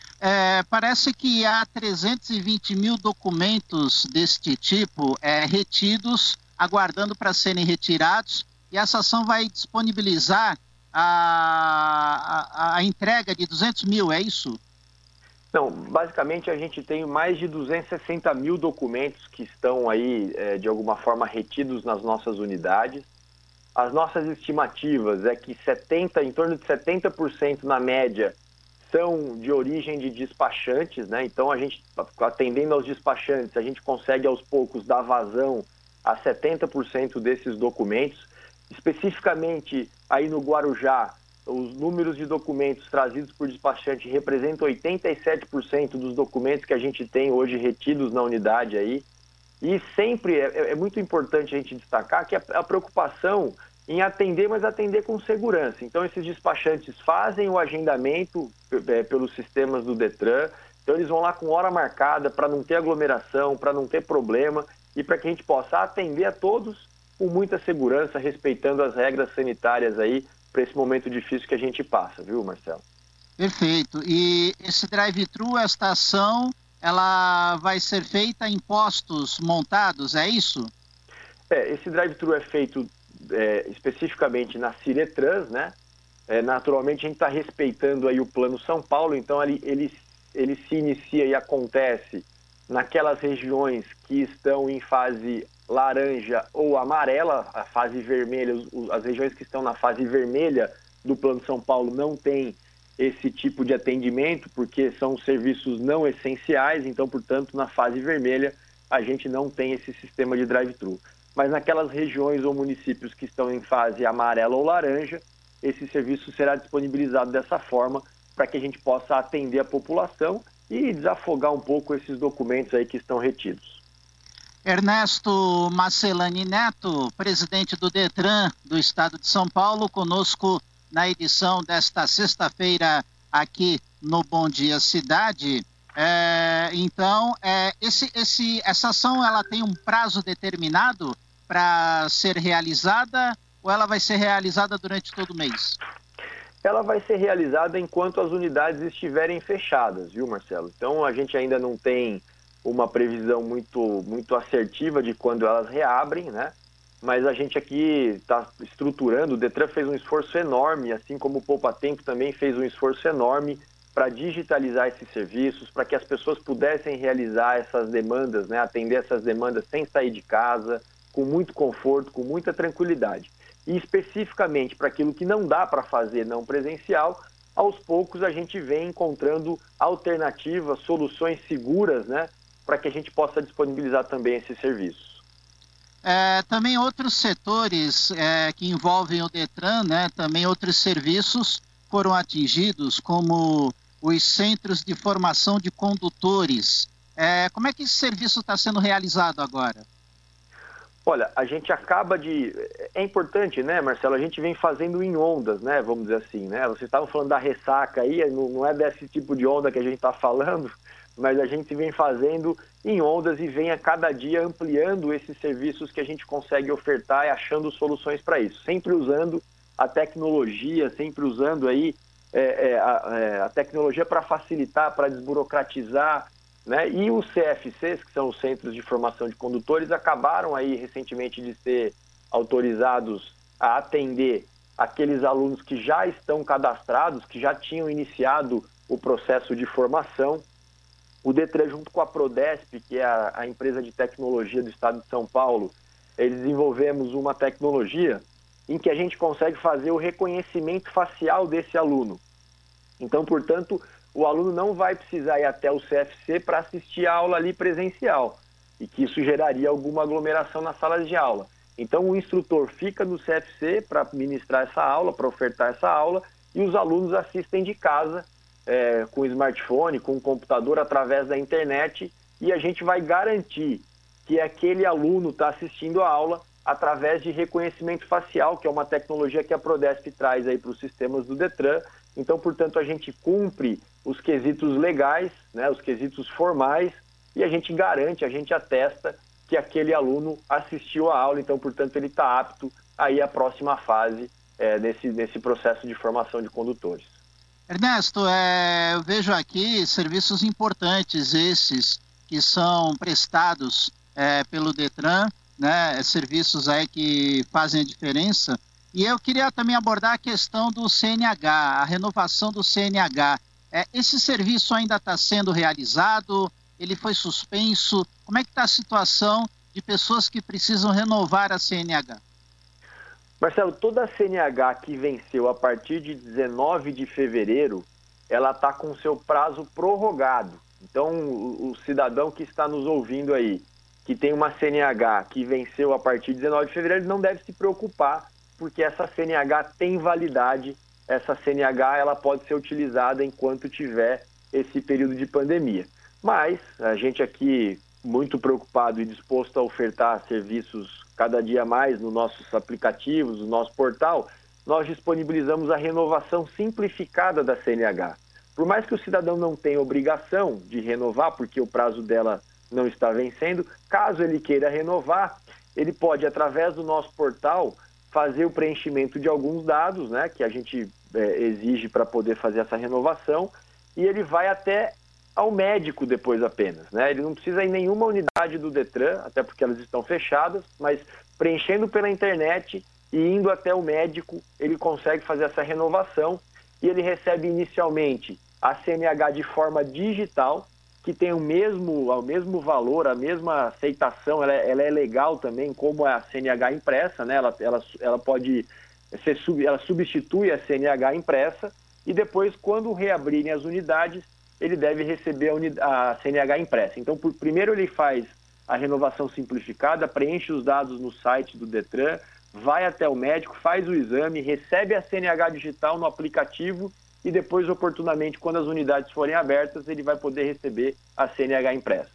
Parece que há 320 mil documentos deste tipo retidos, aguardando para serem retirados, e essa ação vai disponibilizar a entrega de 200 mil, é isso? Não, basicamente a gente tem mais de 260 mil documentos que estão aí, de alguma forma, retidos nas nossas unidades. As nossas estimativas é que em torno de 70% na média são de origem de despachantes, né? Então, a gente, atendendo aos despachantes, a gente consegue aos poucos dar vazão a 70% desses documentos. Especificamente aí no Guarujá, os números de documentos trazidos por despachante representam 87% dos documentos que a gente tem hoje retidos na unidade aí. E sempre é muito importante a gente destacar que a preocupação em atender, mas atender com segurança. Então, esses despachantes fazem o agendamento pelos sistemas do Detran, então eles vão lá com hora marcada para não ter aglomeração, para não ter problema e para que a gente possa atender a todos com muita segurança, respeitando as regras sanitárias aí para esse momento difícil que a gente passa, viu, Marcelo? Perfeito. E esse drive-thru, esta ação, ela vai ser feita em postos montados, é isso? Esse drive-thru é feito especificamente na Ciretrans, né? Naturalmente a gente está respeitando aí o Plano São Paulo, então ele se inicia e acontece naquelas regiões que estão em fase laranja ou amarela, a fase vermelha, as regiões que estão na fase vermelha do Plano São Paulo não tem esse tipo de atendimento, porque são serviços não essenciais, então, portanto, na fase vermelha a gente não tem esse sistema de drive-thru. Mas naquelas regiões ou municípios que estão em fase amarela ou laranja, esse serviço será disponibilizado dessa forma para que a gente possa atender a população e desafogar um pouco esses documentos aí que estão retidos. Ernesto Marcelani Neto, presidente do Detran do Estado de São Paulo, conosco na edição desta sexta-feira aqui no Bom Dia Cidade. Essa ação ela tem um prazo determinado para ser realizada ou ela vai ser realizada durante todo o mês? Ela vai ser realizada enquanto as unidades estiverem fechadas, viu, Marcelo? Então a gente ainda não tem uma previsão muito assertiva de quando elas reabrem, né? Mas a gente aqui está estruturando, o Detran fez um esforço enorme, assim como o Poupa Tempo também fez um esforço enorme para digitalizar esses serviços, para que as pessoas pudessem realizar essas demandas, né? Atender essas demandas sem sair de casa, com muito conforto, com muita tranquilidade. E especificamente para aquilo que não dá para fazer não presencial, aos poucos a gente vem encontrando alternativas, soluções seguras, né? Para que a gente possa disponibilizar também esses serviços. Também outros setores que envolvem o Detran, né, também outros serviços foram atingidos, como os centros de formação de condutores. Como é que esse serviço está sendo realizado agora? Olha, a gente acaba de... É importante, né, Marcelo? A gente vem fazendo em ondas, né? Vamos dizer assim, né? Vocês estavam falando da ressaca aí, não é desse tipo de onda que a gente está falando, mas a gente vem fazendo em ondas e vem a cada dia ampliando esses serviços que a gente consegue ofertar e achando soluções para isso. Sempre usando a tecnologia, sempre usando aí a tecnologia para facilitar, para desburocratizar, né? E os CFCs, que são os Centros de Formação de Condutores, acabaram aí recentemente de ser autorizados a atender aqueles alunos que já estão cadastrados, que já tinham iniciado o processo de formação. O Detran, junto com a Prodesp, que é a empresa de tecnologia do estado de São Paulo, eles desenvolvemos uma tecnologia em que a gente consegue fazer o reconhecimento facial desse aluno. Então, portanto, o aluno não vai precisar ir até o CFC para assistir a aula ali presencial, e que isso geraria alguma aglomeração nas salas de aula. Então, o instrutor fica no CFC para ministrar essa aula, para ofertar essa aula, e os alunos assistem de casa, com o smartphone, com o computador, através da internet, e a gente vai garantir que aquele aluno está assistindo a aula através de reconhecimento facial, que é uma tecnologia que a Prodesp traz aí para os sistemas do Detran. Então, portanto, a gente cumpre os quesitos legais, né, os quesitos formais, e a gente garante, a gente atesta que aquele aluno assistiu a aula, então, portanto, ele está apto aí à próxima fase nesse processo de formação de condutores. Ernesto, eu vejo aqui serviços importantes esses que são prestados pelo Detran, né, serviços aí que fazem a diferença. E eu queria também abordar a questão do CNH, a renovação do CNH. Esse serviço ainda está sendo realizado? Ele foi suspenso? Como é que está a situação de pessoas que precisam renovar a CNH? Marcelo, toda a CNH que venceu a partir de 19 de fevereiro, ela está com seu prazo prorrogado. Então, o cidadão que está nos ouvindo aí, que tem uma CNH que venceu a partir de 19 de fevereiro, ele não deve se preocupar, porque essa CNH tem validade, essa CNH ela pode ser utilizada enquanto tiver esse período de pandemia. Mas a gente aqui, muito preocupado e disposto a ofertar serviços cada dia mais nos nossos aplicativos, no nosso portal, nós disponibilizamos a renovação simplificada da CNH. Por mais que o cidadão não tenha obrigação de renovar, porque o prazo dela não está vencendo, caso ele queira renovar, ele pode, através do nosso portal, fazer o preenchimento de alguns dados, né, que a gente exige para poder fazer essa renovação, e ele vai até ao médico depois apenas, né? Ele não precisa ir em nenhuma unidade do Detran, até porque elas estão fechadas, mas preenchendo pela internet e indo até o médico, ele consegue fazer essa renovação e ele recebe inicialmente a CNH de forma digital, que tem o mesmo valor, a mesma aceitação, ela é legal também, como a CNH impressa, né? Ela pode ela substitui a CNH impressa e depois, quando reabrirem as unidades, ele deve receber a CNH impressa. Então, primeiro ele faz a renovação simplificada, preenche os dados no site do Detran, vai até o médico, faz o exame, recebe a CNH digital no aplicativo e depois, oportunamente, quando as unidades forem abertas, ele vai poder receber a CNH impressa.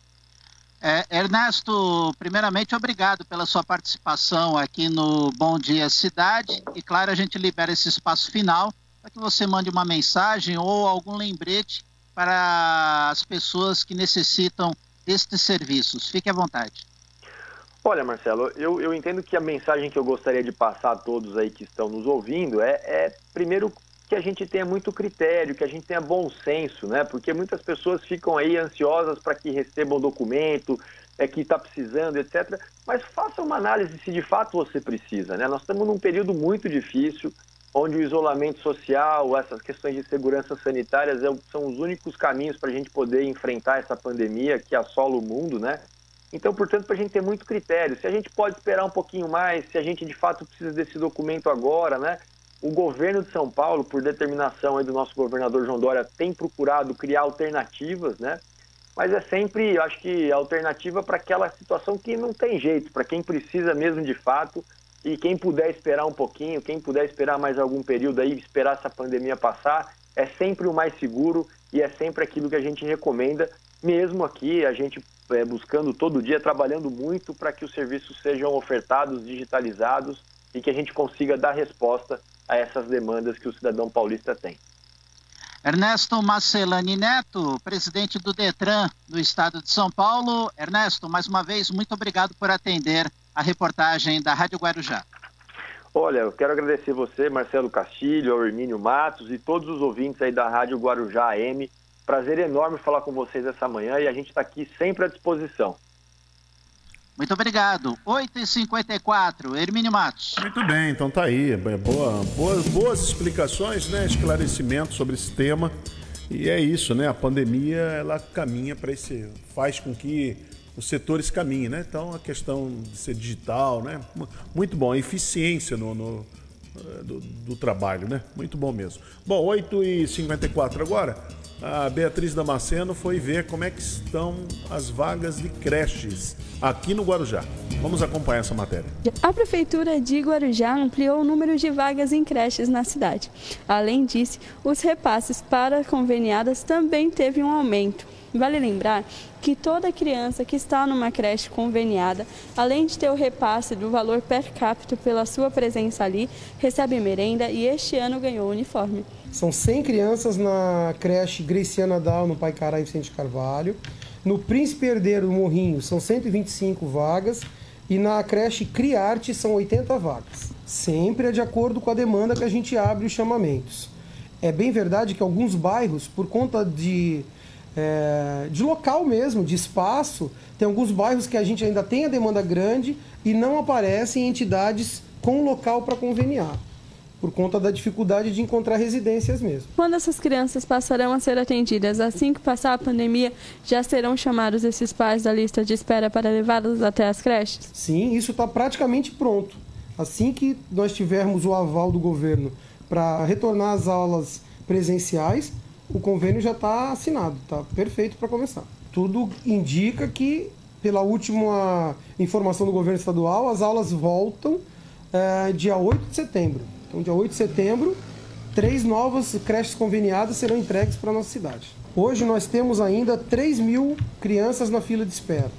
Ernesto, primeiramente, obrigado pela sua participação aqui no Bom Dia Cidade. E, claro, a gente libera esse espaço final para que você mande uma mensagem ou algum lembrete para as pessoas que necessitam destes serviços. Fique à vontade. Olha, Marcelo, eu entendo que a mensagem que eu gostaria de passar a todos aí que estão nos ouvindo primeiro, que a gente tenha muito critério, que a gente tenha bom senso, né? Porque muitas pessoas ficam aí ansiosas para que recebam o documento, que está precisando, etc. Mas faça uma análise se de fato você precisa, né? Nós estamos num período muito difícil, onde o isolamento social, essas questões de segurança sanitária são os únicos caminhos para a gente poder enfrentar essa pandemia que assola o mundo, né? Então, portanto, para a gente ter muito critério, se a gente pode esperar um pouquinho mais, se a gente de fato precisa desse documento agora, né? O governo de São Paulo, por determinação aí do nosso governador João Dória, tem procurado criar alternativas, né? mas é sempre, eu acho que, alternativa para aquela situação que não tem jeito, para quem precisa mesmo de fato, e quem puder esperar um pouquinho, quem puder esperar mais algum período aí, esperar essa pandemia passar, é sempre o mais seguro e é sempre aquilo que a gente recomenda, mesmo aqui a gente buscando todo dia, trabalhando muito para que os serviços sejam ofertados, digitalizados e que a gente consiga dar resposta a essas demandas que o cidadão paulista tem. Ernesto Marcelani Neto, presidente do Detran no estado de São Paulo. Ernesto, mais uma vez, muito obrigado por atender a reportagem da Rádio Guarujá. Olha, eu quero agradecer você, Marcelo Castilho, ao Hermínio Matos e todos os ouvintes aí da Rádio Guarujá AM. Prazer enorme falar com vocês essa manhã e a gente está aqui sempre à disposição. Muito obrigado. 8h54, Hermínio Matos. Muito bem, então tá aí. Boas explicações, né? Esclarecimentos sobre esse tema. E é isso, né? A pandemia, ela caminha para esse... faz com que os setores caminhem, né? Então, a questão de ser digital, né? Muito bom. A eficiência do trabalho, né? Muito bom mesmo. Bom, 8h54 agora. A Beatriz Damasceno foi ver como é que estão as vagas de creches aqui no Guarujá. Vamos acompanhar essa matéria. A Prefeitura de Guarujá ampliou o número de vagas em creches na cidade. Além disso, os repasses para conveniadas também teve um aumento. Vale lembrar que toda criança que está numa creche conveniada, além de ter o repasse do valor per capita pela sua presença ali, recebe merenda e este ano ganhou o uniforme. São 100 crianças na creche Greciana Dal, no Paicará, em Vicente Carvalho. No Príncipe Herdeiro do Morrinho, são 125 vagas. E na creche Criarte, são 80 vagas. Sempre é de acordo com a demanda que a gente abre os chamamentos. É bem verdade que alguns bairros, por conta de local mesmo, de espaço, tem alguns bairros que a gente ainda tem a demanda grande e não aparecem entidades com local para conveniar, por conta da dificuldade de encontrar residências mesmo. Quando essas crianças passarão a ser atendidas? Assim que passar a pandemia, já serão chamados esses pais da lista de espera para levá-los até as creches? Sim, isso está praticamente pronto. Assim que nós tivermos o aval do governo para retornar às aulas presenciais, o convênio já está assinado, está perfeito para começar. Tudo indica que, pela última informação do governo estadual, as aulas voltam dia 8 de setembro. Então, dia 8 de setembro, 3 novas creches conveniadas serão entregues para a nossa cidade. Hoje nós temos ainda 3.000 crianças na fila de espera.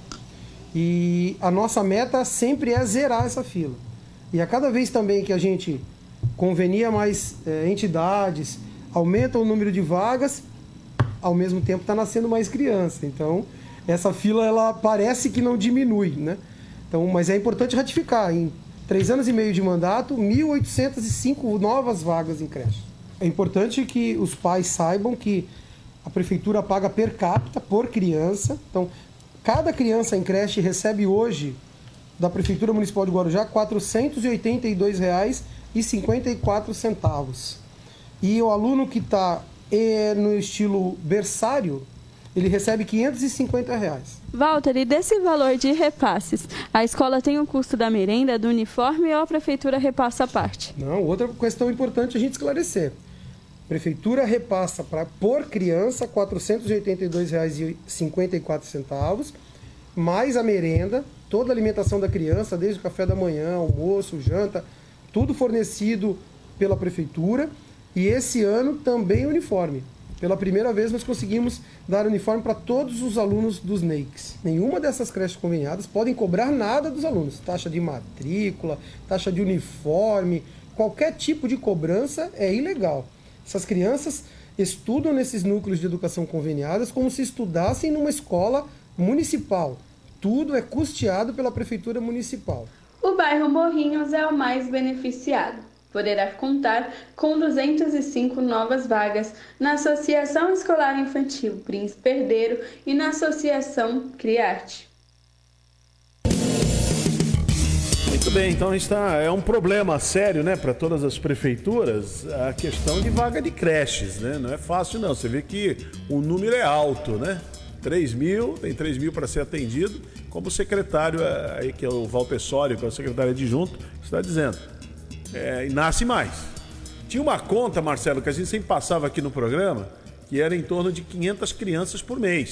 E a nossa meta sempre é zerar essa fila. E a cada vez também que a gente convenia mais entidades, aumenta o número de vagas, ao mesmo tempo está nascendo mais criança. Então, essa fila ela parece que não diminui, né? Então, mas é importante ratificar, em 3 anos e meio de mandato, 1.805 novas vagas em creche. É importante que os pais saibam que a prefeitura paga per capita por criança. Então, cada criança em creche recebe hoje, da Prefeitura Municipal de Guarujá, R$ 482,54. E o aluno que está no estilo berçário, ele recebe R$ 550. Walter, e desse valor de repasses, a escola tem o custo da merenda, do uniforme ou a prefeitura repassa a parte? Não, outra questão importante a gente esclarecer. A prefeitura repassa por criança R$ 482,54, mais a merenda, toda a alimentação da criança, desde o café da manhã, almoço, janta, tudo fornecido pela prefeitura. E esse ano também uniforme. Pela primeira vez nós conseguimos dar uniforme para todos os alunos dos NEICs. Nenhuma dessas creches conveniadas podem cobrar nada dos alunos. Taxa de matrícula, taxa de uniforme, qualquer tipo de cobrança é ilegal. Essas crianças estudam nesses núcleos de educação conveniadas como se estudassem numa escola municipal. Tudo é custeado pela Prefeitura Municipal. O bairro Morrinhos é o mais beneficiado. Poderá contar com 205 novas vagas na Associação Escolar Infantil Príncipe Herdeiro e na Associação Criarte. Muito bem, então é um problema sério, né, para todas as prefeituras, a questão de vaga de creches, né? Não é fácil não, você vê que o número é alto, né? 3.000, tem 3.000 para ser atendido, como o secretário aí, que é o Walter Soria, que é o secretário adjunto, está dizendo. E nasce mais. Tinha uma conta, Marcelo, que a gente sempre passava aqui no programa, que era em torno de 500 crianças por mês.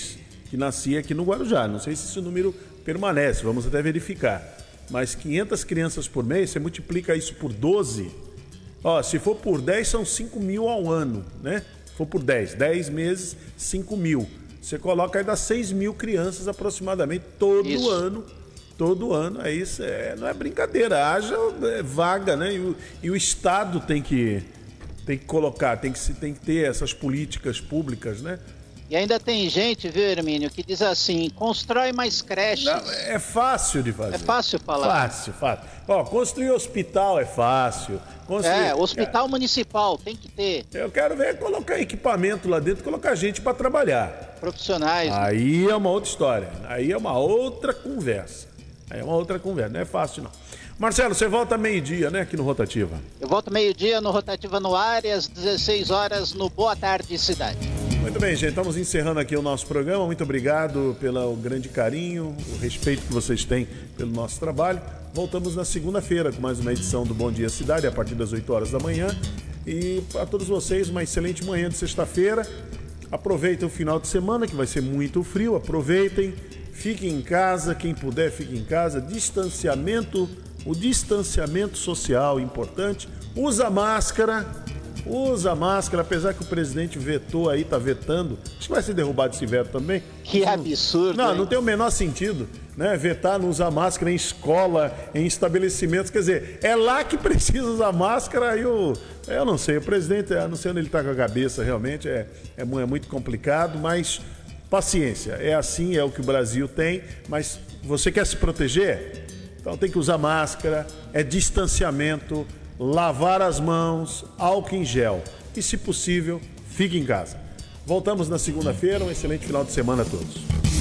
que nascia aqui no Guarujá. Não sei se esse número permanece, vamos até verificar. Mas 500 crianças por mês, você multiplica isso por 12. Ó, se for por 10, são 5 mil ao ano, né? Se for por 10 meses, 5 mil. Você coloca aí, dá 6 mil crianças aproximadamente todo ano. Todo ano, é isso, não é brincadeira, haja vaga, né? E o Estado tem que colocar, tem que ter essas políticas públicas, né? E ainda tem gente, viu, Hermínio, que diz assim, constrói mais creches. Não, é fácil de fazer. É fácil falar. Fácil. Ó, construir hospital é fácil. Hospital municipal, tem que ter. Eu quero ver colocar equipamento lá dentro, colocar gente para trabalhar. Profissionais. Aí é uma outra história, aí é uma outra conversa. Não é fácil não. Marcelo, você volta meio-dia, né, aqui no Rotativa. Eu volto meio-dia no Rotativa no ar e às 16 horas no Boa Tarde Cidade. Muito bem, gente, estamos encerrando aqui o nosso programa. Muito obrigado pelo grande carinho, o respeito que vocês têm pelo nosso trabalho. Voltamos na segunda-feira com mais uma edição do Bom Dia Cidade, a partir das 8 horas da manhã. E para todos vocês, uma excelente manhã de sexta-feira. Aproveitem o final de semana, que vai ser muito frio. Aproveitem, fiquem em casa, quem puder fique em casa. O distanciamento social importante. Usa máscara, apesar que o presidente vetou aí, tá vetando. Acho que vai ser derrubado esse veto também. Que absurdo. Não tem o menor sentido, né? Vetar não usar máscara em escola, em estabelecimentos. Quer dizer, é lá que precisa usar máscara e eu não sei, o presidente, eu não sei onde ele tá com a cabeça, realmente, é muito complicado, mas paciência, é assim, é o que o Brasil tem, mas você quer se proteger? Então tem que usar máscara, é distanciamento, lavar as mãos, álcool em gel e, se possível, fique em casa. Voltamos na segunda-feira, um excelente final de semana a todos.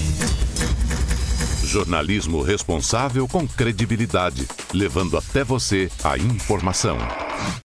Jornalismo responsável com credibilidade, levando até você a informação.